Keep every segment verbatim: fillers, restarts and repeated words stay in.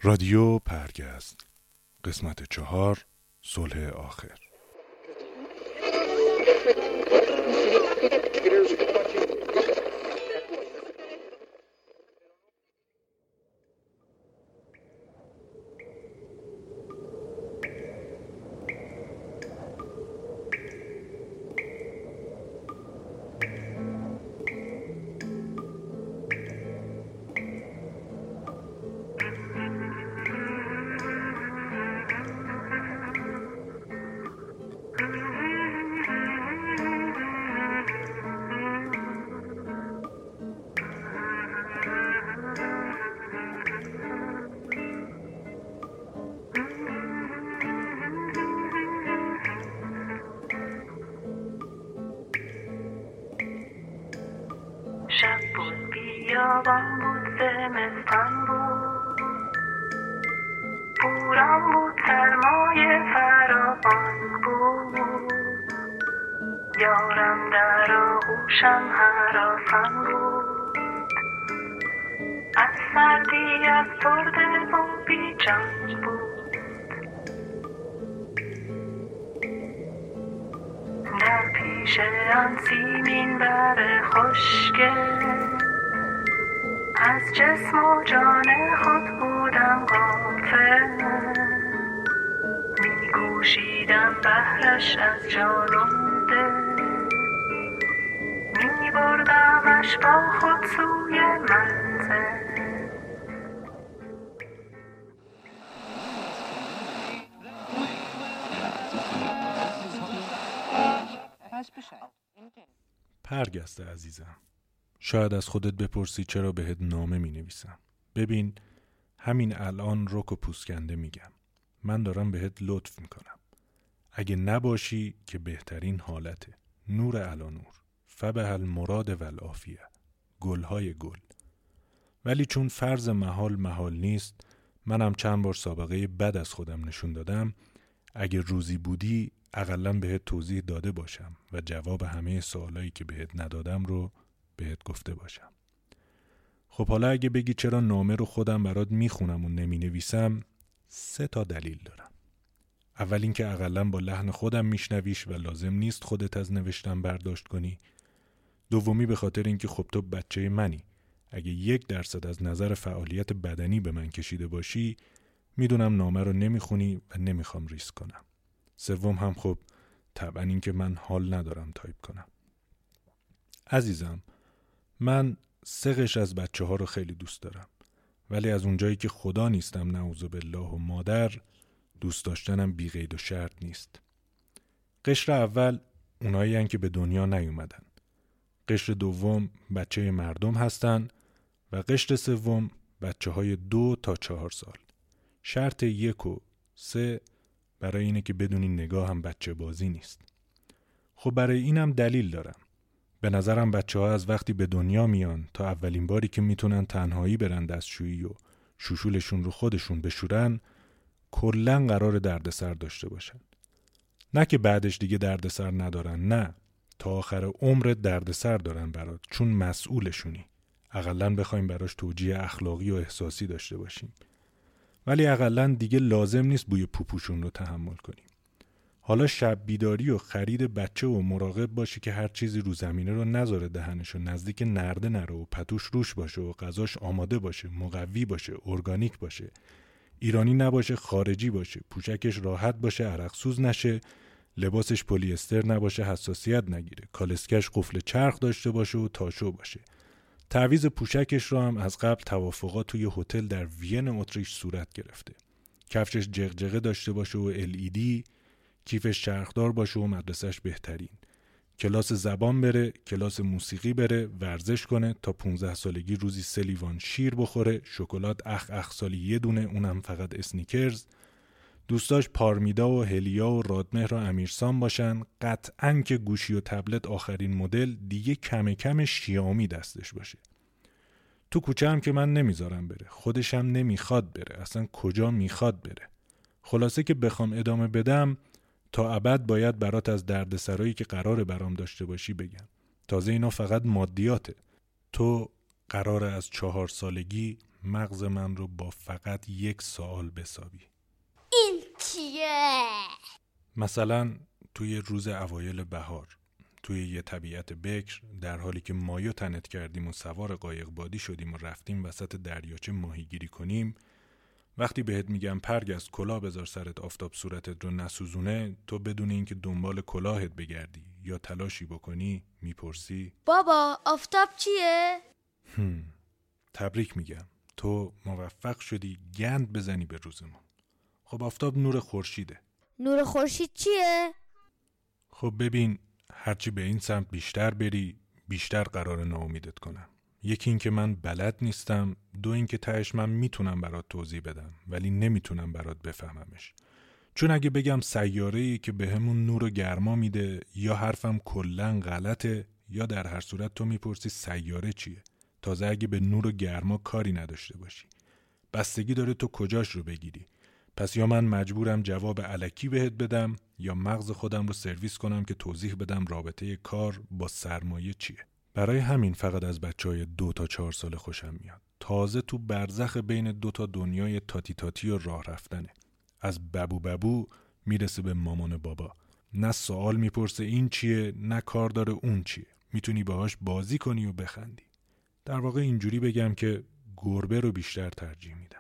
رادیو پرگست، قسمت چهار، صلح آخر. شب بود بیابان بود زمستان بود بوران بود سرمای فراوان بود یارم در آغوشم هراسان بود از سردی از برده و بی جان بود در پیش آن سیمین بر خشکه از جسم و جان خود بودم غافل می کوشیدم بهرش از جان و دل می بردمش با خود سوی منزل. پرگسته عزیزم، شاید از خودت بپرسی چرا بهت نامه می نویسم. ببین، همین الان رک و پوسکنده میگم، من دارم بهت لطف میکنم. اگه نباشی که بهترین حالته. نور علی نور، فبه المراد و العافیه، گلهای گل. ولی چون فرض محال محال نیست، منم چند بار سابقه بد از خودم نشون دادم. اگه روزی بودی اقلن بهت توضیح داده باشم و جواب همه سوالایی که بهت ندادم رو بهت گفته باشم. خب حالا اگه بگی چرا نامه رو خودم برات میخونم و نمی نویسم، سه تا دلیل دارم. اول این که اقلن با لحن خودم میشنویش و لازم نیست خودت از نوشتم برداشت کنی. دومی به خاطر این که خب تو بچه منی. اگه یک درصد از نظر فعالیت بدنی به من کشیده باشی، میدونم نامه رو نمیخونی و نمیخوام ریسک کنم. سوم هم خب طبعا این که من حال ندارم تایپ کنم. عزیزم، من سه قشر از بچه ها رو خیلی دوست دارم، ولی از اونجایی که خدا نیستم نعوذ بالله و مادر، دوست داشتنم بی قید و شرط نیست. قشر اول اونایی هن که به دنیا نیومدن. قشر دوم بچه مردم هستن و قشر سوم بچه های دو تا چهار سال. شرط یک و سه برای اینه که بدونی نگاه هم بچه بازی نیست. خب برای اینم دلیل دارم. به نظرم بچه ها از وقتی به دنیا میان تا اولین باری که میتونن تنهایی برن دستشویی و شوشولشون رو خودشون بشورن، کلن قرار دردسر داشته باشن. نه که بعدش دیگه دردسر ندارن، نه، تا آخر عمرت دردسر دارن برات، چون مسئولشونی. اقلن بخوایم براش توجیه اخلاقی و احساسی داشته باشیم. ولی اقلن دیگه لازم نیست بوی پوپوشون رو تحمل کنیم. حالا شب بیداری و خرید بچه و مراقب باشی که هر چیزی رو زمینه رو نذاره دهنشو، نزدیک نرده نره و پتوش روش باشه و غذاش آماده باشه، مقوی باشه، ارگانیک باشه، ایرانی نباشه، خارجی باشه، پوشکش راحت باشه، عرق سوز نشه، لباسش پلی استر نباشه، حساسیت نگیره، کالسکش قفل چرخ داشته باشه و تاشو باشه. تعویض پوشکش رو هم از قبل توافقات توی هتل در وین اتریش صورت گرفته. کفشش جغجغه داشته باشه و ال ای دی، کیفش چرخدار باشه و مدرسهش بهترین. کلاس زبان بره، کلاس موسیقی بره، ورزش کنه، تا پونزده سالگی روزی سه لیوان شیر بخوره، شکلات اخ اخ سالی یه دونه، اونم فقط اسنیکرز. دوستاش پارمیدا و هلیا و رادمهر و امیرسان باشن. قطعاً که گوشی و تبلت آخرین مدل، دیگه کم کم شیائومی دستش باشه. تو کوچه هم که من نمیذارم بره، خودش هم نمیخواد بره، اصلا کجا میخواد بره. خلاصه که بخوام ادامه بدم، تا ابد باید برات از دردسرایی که قراره برام داشته باشی بگم. تازه اینا فقط مادیاته. تو قراره از چهار سالگی مغز من رو با فقط یک سوال بسابی. این چیه؟ مثلا توی روز اوایل بهار، توی یه طبیعت بکر، در حالی که مایو تنت کردیم و سوار قایق بادی شدیم و رفتیم وسط دریاچه ماهیگیری کنیم، وقتی بهت میگم پرگز کلاه بذار سرت آفتاب صورتت رو نسوزونه، تو بدون اینکه دنبال کلاهت بگردی یا تلاشی بکنی میپرسی بابا آفتاب چیه؟ هم. تبریک میگم، تو موفق شدی گند بزنی به روزمون. خب آفتاب نور خورشیده. نور خورشید چیه؟ خب ببین، هرچی به این سمت بیشتر بری بیشتر قرار ناامیدت کنم. یکی این که من بلد نیستم، دو این که تهش من میتونم برات توضیح بدم ولی نمیتونم برات بفهممش. چون اگه بگم سیاره‌ای که بهمون نور و گرما میده، یا حرفم کلاً غلطه، یا در هر صورت تو میپرسی سیاره چیه، تازه اگه به نور و گرما کاری نداشته باشی. بستگی داره تو کجاش رو بگیری. پس یا من مجبورم جواب الکی بهت بدم یا مغز خودم رو سرویس کنم که توضیح بدم رابطه کار با سرمایه چیه. برای همین فقط از بچهای دو تا چهار سال خوشم میاد. تازه تو برزخ بین دو تا دنیای تاتی تاتی و راه رفتنه. از ببو ببو میرسه به مامان بابا. نه سوال میپرسه این چیه، نه کار داره اون چیه. میتونی باهاش بازی کنی و بخندی. در واقع اینجوری بگم که گربه رو بیشتر ترجیح میدم.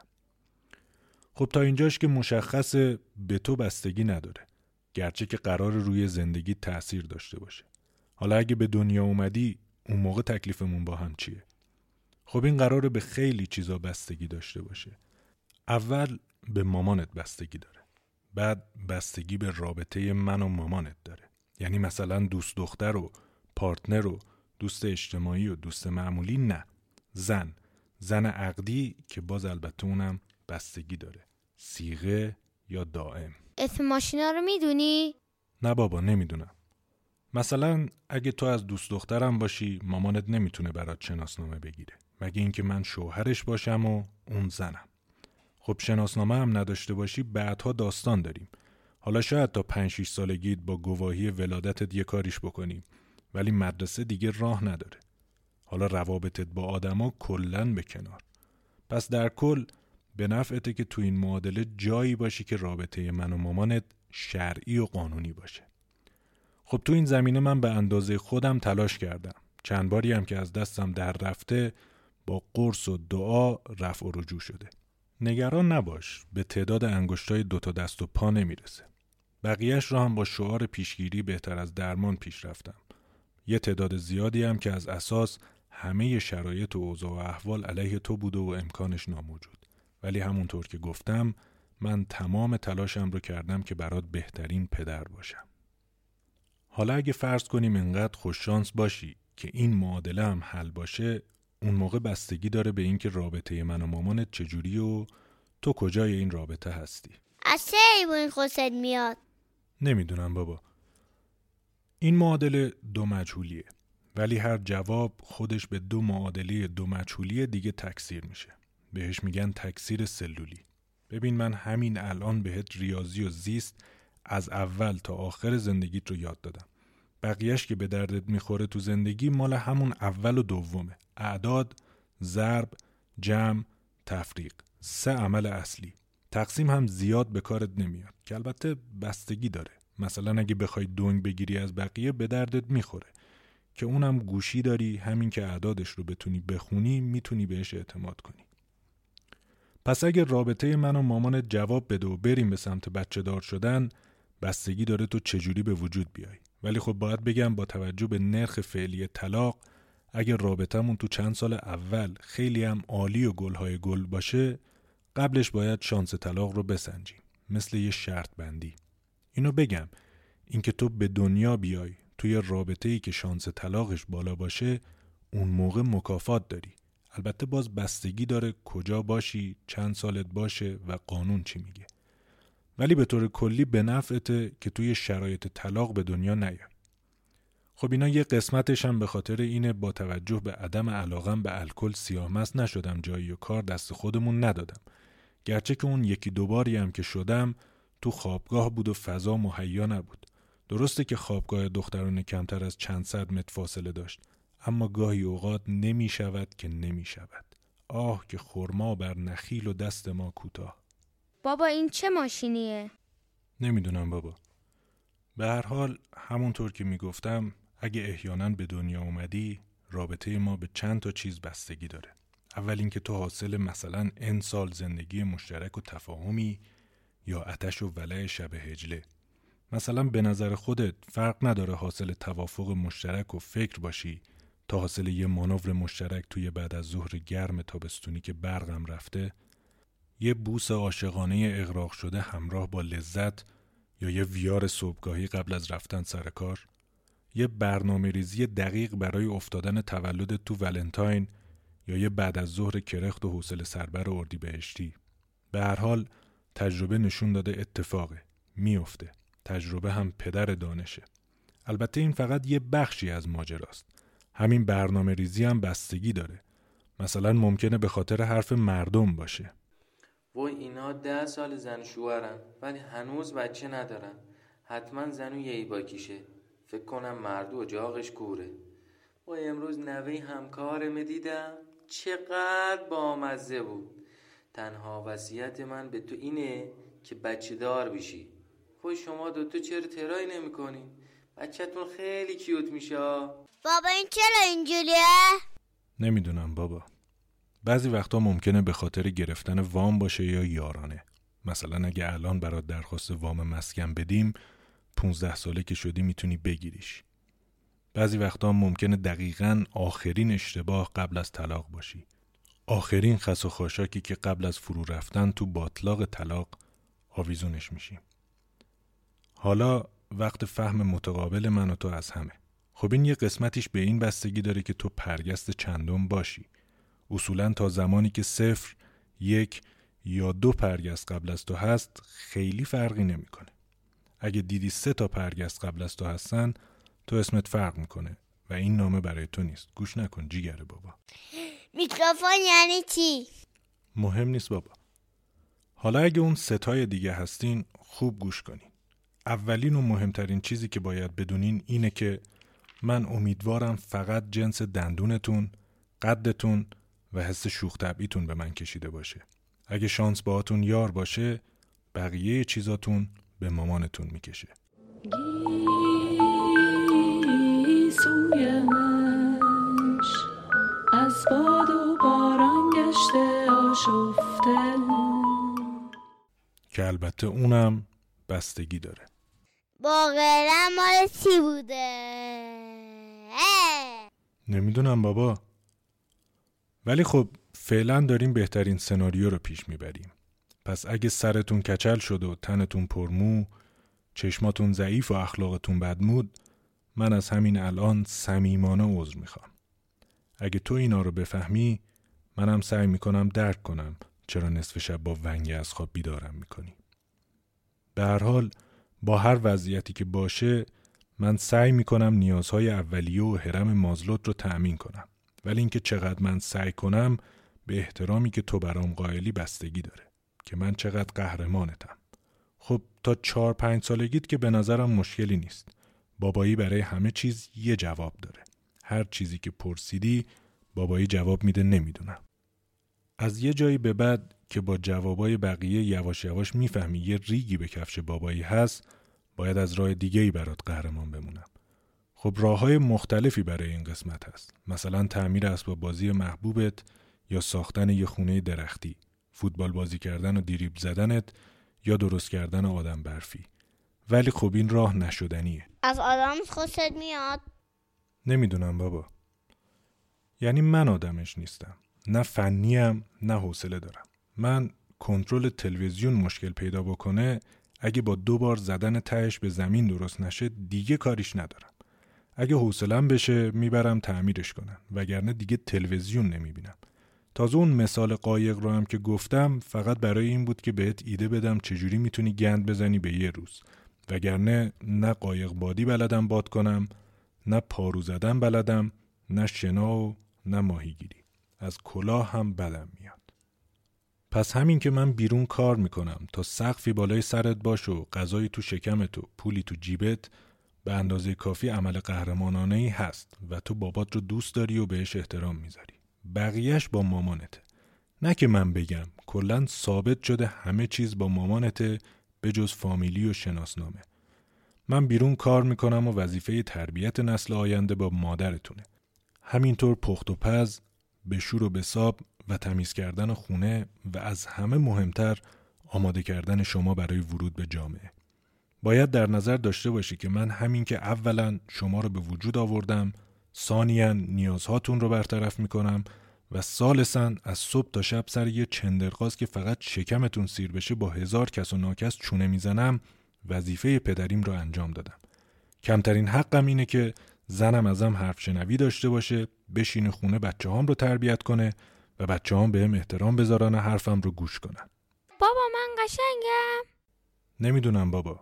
خب تا اینجاش که مشخصه به تو بستگی نداره، گرچه که قرار روی زندگی تأثیر داشته باشه. حالا اگه به دنیا اومدی، اون موقع تکلیفمون با هم چیه؟ خب این قراره به خیلی چیزا بستگی داشته باشه. اول به مامانت بستگی داره، بعد بستگی به رابطه من و مامانت داره. یعنی مثلا دوست دختر و پارتنر و دوست اجتماعی و دوست معمولی نه، زن زن عقدی که باز البته اونم بستگی داره، صیغه یا دائم. اسم ماشینا رو میدونی؟ نه بابا نمیدونم. مثلا اگه تو از دوست دخترم باشی، مامانت نمیتونه برات شناسنامه بگیره، مگه اینکه من شوهرش باشم و اون زنم. خب شناسنامه هم نداشته باشی بعدها داستان داریم. حالا شاید تا پنج شش سالگیت با گواهی ولادتت یه کاریش بکنیم، ولی مدرسه دیگه راه نداره. حالا روابطت با آدما کلن به کنار. پس در کل به نفعته که تو این معادله جایی باشی که رابطه من و مامانت شرعی و قانونی باشه. خب تو این زمینه من به اندازه خودم تلاش کردم. چند باری هم که از دستم در رفته، با قرص و دعا رفع و رجوع شده. نگران نباش، به تعداد انگشتای دوتا دست و پا نمیرسه. بقیهش رو هم با شعار پیشگیری بهتر از درمان پیش رفتم. یه تعداد زیادی هم که از اساس همه شرایط و اوضاع و احوال علیه تو بوده و امکانش ناموجود. ولی همونطور که گفتم من تمام تلاشم رو کردم که برات بهترین پدر باشم. حالا اگه فرض کنیم انقدر خوششانس باشی که این معادله هم حل باشه، اون موقع بستگی داره به اینکه رابطه من و مامانت چجوری و تو کجای این رابطه هستی. از چه ایمون خوشت میاد؟ نمیدونم بابا. این معادله دو مجهولیه، ولی هر جواب خودش به دو معادله دو مجهولی دیگه تکثیر میشه. بهش میگن تکثیر سلولی. ببین من همین الان بهت ریاضی و زیست از اول تا آخر زندگیت رو یاد دادم. بقیهش که به دردت میخوره تو زندگی مال همون اول و دومه. اعداد، ضرب، جمع، تفریق. سه عمل اصلی. تقسیم هم زیاد به کارت نمیاد که البته بستگی داره. مثلا اگه بخوای دنگ بگیری از بقیه به دردت میخوره که اونم گوشی داری، همین که اعدادش رو بتونی بخونی میتونی بهش اعتماد کنی. پس اگه رابطه من و مامانت جواب بده و بریم به سمت بچه دار شدن، بستگی داره تو چجوری به وجود بیای. ولی خب باید بگم با توجه به نرخ فعلی طلاق، اگه رابطمون تو چند سال اول خیلی هم عالی و گلهای گل باشه، قبلش باید شانس طلاق رو بسنجیم، مثل یه شرط بندی. اینو بگم، اینکه تو به دنیا بیای توی رابطه‌ای که شانس طلاقش بالا باشه، اون موقع مکافات داری. البته باز بستگی داره کجا باشی، چند سالت باشه و قانون چی میگه. ولی به طور کلی به نفعته که توی شرایط طلاق به دنیا نیای. خب اینا یه قسمتش هم به خاطر اینه با توجه به عدم علاقم به الکل سیاه‌مست نشدم، جایی و کار دست خودمون ندادم. گرچه که اون یکی دوباری هم که شدم تو خوابگاه بود و فضا مهیا نبود. درسته که خوابگاه دختران کمتر از چند صد متر فاصله داشت، اما گاهی اوقات نمی شود که نمی شود. آه که خرما بر نخیل و دست ما کوتاه. بابا این چه ماشینیه؟ نمیدونم بابا. به هر حال همونطور که میگفتم اگه احیانا به دنیا اومدی رابطه ما به چند تا چیز بستگی داره. اول اینکه تو حاصل مثلا ان سال زندگی مشترک و تفاهمی یا آتش و ولع شب هجله. مثلا به نظر خودت فرق نداره حاصل توافق مشترک و فکر باشی تا حاصل یه مانور مشترک توی بعد از ظهر گرم تابستونی که برقم رفته، یه بوس عاشقانه اغراق شده همراه با لذت یا یه ویار صبحگاهی قبل از رفتن سر کار، یه برنامه ریزی دقیق برای افتادن تولد تو ولنتاین یا یه بعد از ظهر کرخت و حوصله سربر اردیبهشتی. به هر حال تجربه نشون داده اتفاقه، میفته. تجربه هم پدر دانشه. البته این فقط یه بخشی از ماجراست. همین برنامه ریزی هم بستگی داره. مثلا ممکنه به خاطر حرف مردم باشه. وای اینا ده سال زن شوهرن ولی هنوز بچه ندارن. حتما زنو یه ایباکیشه. فکر کنم مردو و جاغش کوره. وای امروز نوی همکارم دیدم چقدر بامزه بود. تنها وصیت من به تو اینه که بچه دار بشی. وای شما دوتو چرا ترایی نمی کنین؟ بچه‌تون خیلی کیوت میشه. بابا این چرا اینجوریه؟ نمیدونم بابا. بعضی وقتا ممکنه به خاطر گرفتن وام باشه یا یارانه. مثلا اگه الان برات درخواست وام مسکن بدیم پونزده ساله که شدی میتونی بگیریش. بعضی وقتا ممکنه دقیقاً آخرین اشتباه قبل از طلاق باشی. آخرین خس و خاشاکی که قبل از فرو رفتن تو باطلاق طلاق آویزونش میشی. حالا وقت فهم متقابل من و تو از همه. خب این یه قسمتیش به این بستگی داره که تو پرگست چندم باشی. اصولاً تا زمانی که صفر، یک یا دو پرگست قبل از تو هست خیلی فرقی نمیکنه. اگه دیدی سه تا پرگست قبل از تو هستن تو اسمت فرق میکنه و این نامه برای تو نیست. گوش نکن جیگره بابا. میکروفون یعنی چی؟ مهم نیست بابا. حالا اگه اون ستای دیگه هستین خوب گوش کنین. اولین و مهمترین چیزی که باید بدونین اینه که من امیدوارم فقط جنس دندونتون، قدتون و حس شوخ طبعیتون به من کشیده باشه. اگه شانس باهاتون یار باشه بقیه چیزاتون به مامانتون میکشه. گیسویش از باد و باران گشته آشفته که البته اونم بستگی داره. باقیلا مال چی بوده؟ نمیدونم بابا. ولی خب فعلا داریم بهترین سناریو رو پیش میبریم. پس اگه سرتون کچل شد و تنتون پرمو، چشماتون ضعیف و اخلاقتون بدمود، من از همین الان صمیمانه عذر میخوام. اگه تو اینا رو بفهمی، منم سعی میکنم درک کنم چرا نصف شب با ونگه از خواب بیدارم میکنی. به هر حال با هر وضعیتی که باشه من سعی میکنم نیازهای اولیه و هرم مازلوت رو تأمین کنم. ولی اینکه چقدر من سعی کنم به احترامی که تو برام قائلی بستگی داره که من چقدر قهرمانتم. خب تا چهار پنج سالگیت که به نظرم مشکلی نیست. بابایی برای همه چیز یه جواب داره. هر چیزی که پرسیدی بابایی جواب میده نمیدونم. از یه جایی به بعد که با جوابای بقیه یواش یواش میفهمی یه ریگی به کفش بابایی هست، باید از راه دیگه‌ای برات قهرمان بمونم. خب راه‌های مختلفی برای این قسمت هست. مثلا تعمیر اسباب بازی محبوبت یا ساختن یه خونه درختی، فوتبال بازی کردن و دریبل زدنت یا درست کردن آدم برفی. ولی خب این راه نشدنیه. از آدم خوشت میاد؟ نمیدونم بابا. یعنی من آدمش نیستم. نه فنیم نه حوصله دارم. من کنترل تلویزیون مشکل پیدا بکنه اگه با دو بار زدن تهش به زمین درست نشه دیگه کاریش ندارم. اگه حوصله‌ام بشه میبرم تعمیرش کنن وگرنه دیگه تلویزیون نمیبینم. تازه اون مثال قایق رو هم که گفتم فقط برای این بود که بهت ایده بدم چجوری میتونی گند بزنی به یه روز. وگرنه نه قایق بادی بلدم باد کنم، نه پارو زدن بلدم، نه شنا و نه ماهیگیری. از کلاه هم بدم میاد. پس همین که من بیرون کار میکنم تا سقفی بالای سرت باش و غذایی تو شکمت و پولی تو جیبت، به اندازه کافی عمل قهرمانانه‌ای هست و تو بابات رو دوست داری و بهش احترام میذاری. بقیهش با مامانته. نه که من بگم، کلاً ثابت شده همه چیز با مامانته به جز فامیلی و شناسنامه. من بیرون کار میکنم و وظیفه تربیت نسل آینده با مادرتونه. همینطور پخت و پز، بشور و بساب و تمیز کردن خونه و از همه مهمتر آماده کردن شما برای ورود به جامعه. باید در نظر داشته باشی که من همین که اولاً شما رو به وجود آوردم، ثانیاً نیازهاتون رو برطرف میکنم و ثالثاً از صبح تا شب سر یه چندرغاز که فقط شکمتون سیر بشه با هزار کس و ناکس چونه میزنم، وظیفه پدریم رو انجام دادم. کمترین حقم اینه که زنم ازم حرف شنوی داشته باشه، بشینه خونه بچه هام رو تربیت کنه و بچه هام بهم احترام بذارن و حرفم رو گوش کنن. بابا من قشنگم؟ نمیدونم بابا.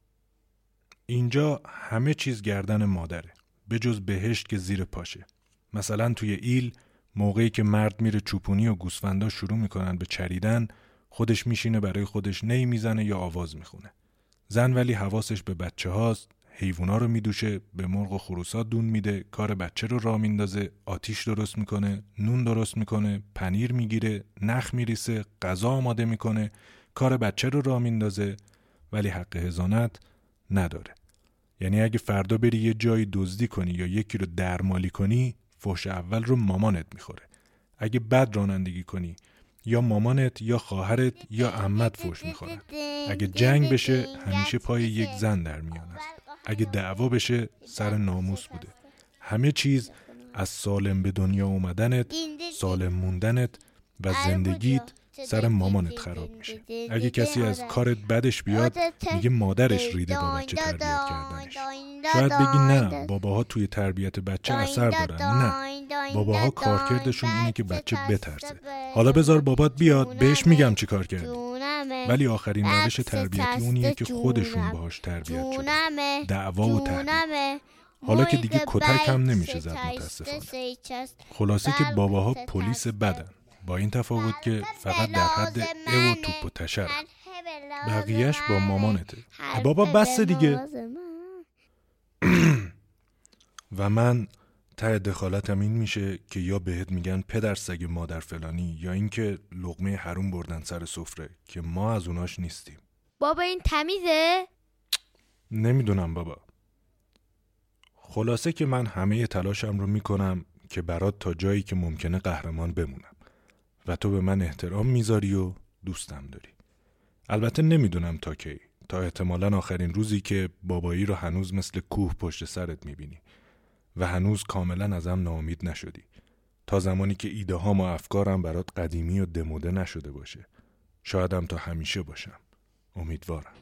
اینجا همه چیز گردن مادره، به جز بهشت که زیر پاشه. مثلا توی ایل موقعی که مرد میره چوپونی و گوسفندا شروع میکنن به چریدن، خودش میشینه برای خودش نی میزنه یا آواز میخونه. زن ولی حواسش به بچه هاست، حیوونا رو میدوشه، به مرغ و خروسا دون میده، کار بچه رو راه میندازه، آتیش درست میکنه، نون درست میکنه، پنیر میگیره، نخ میریسه، غذا آماده میکنه، کار بچه رو راه میندازه، ولی حق حضانت نداره. یعنی اگه فردا بری یه جایی دزدی کنی یا یکی رو درمالی کنی، فحش اول رو مامانت میخوره. اگه بد رانندگی کنی، یا مامانت یا خواهرت یا عمت فحش میخورد. اگه جنگ بشه همیشه پای یک زن در میان است. اگه دعوا بشه سر ناموس بوده. همه چیز از سالم به دنیا اومدنت، سالم موندنت و زندگیت سر مامانت خراب میشه. اگه کسی از کارت بدش بیاد میگه مادرش ریده با بچه تربیت کردنش. شاید بگی نه، باباها توی تربیت بچه اثر دارن. نه، باباها کارکردشون اینه که بچه بترسه. حالا بذار بابات بیاد بهش میگم چی کار کردی. ولی آخرین روش تربیتی اونیه که خودشون باهاش تربیت شده. دعوا و تحریک. حالا که دیگه کتک هم نمیشه زد متاسفانه. خلاصه که باباها پلیس بدن، با این تفاوت که فقط در حد ا و توپ و تشر. بقیهش با مامانته. بابا بس دیگه. و من ته دخالتم این میشه که یا بهت میگن پدر سگ مادر فلانی، یا اینکه لقمه حروم بردن سر سفره که ما از اوناش نیستیم. بابا این تمیزه؟ نمیدونم بابا. خلاصه که من همه تلاشم رو میکنم که برات تا جایی که ممکنه قهرمان بمونم و تو به من احترام میذاری و دوستم داری. البته نمیدونم تا کی، تا احتمالاً آخرین روزی که بابایی رو هنوز مثل کوه پشت سرت میبینی و هنوز کاملا ازم ناامید نشدی، تا زمانی که ایده هام و افکارم برات قدیمی و دموده نشده باشه. شایدم تا همیشه باشم. امیدوارم.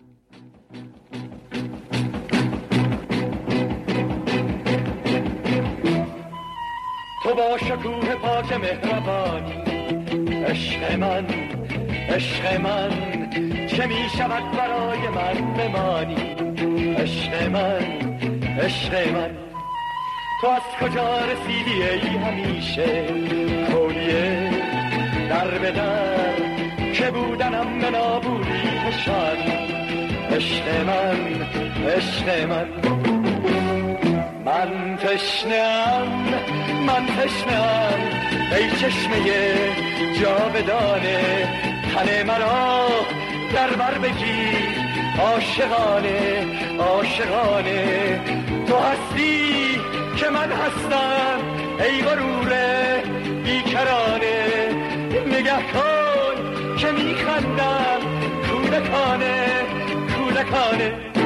تو با شکوه پاک مهربانی، عشق من، عشق من، چه می شود برای من بمانی. عشق من، عشق من، تو از کجا رسیدی ای همیشه کولیه در به در که بودنم به نابودی کشانی. عشق من، عشق من، من تشنه‌ام، من تشنه‌ام ای چشمه جاودانه، تن مرا در بر بگیر عاشقانه، عاشقانه. تو هستی که من هستم ای غرور بیکرانه، نگه کن که میخندم کودکانه، کودکانه.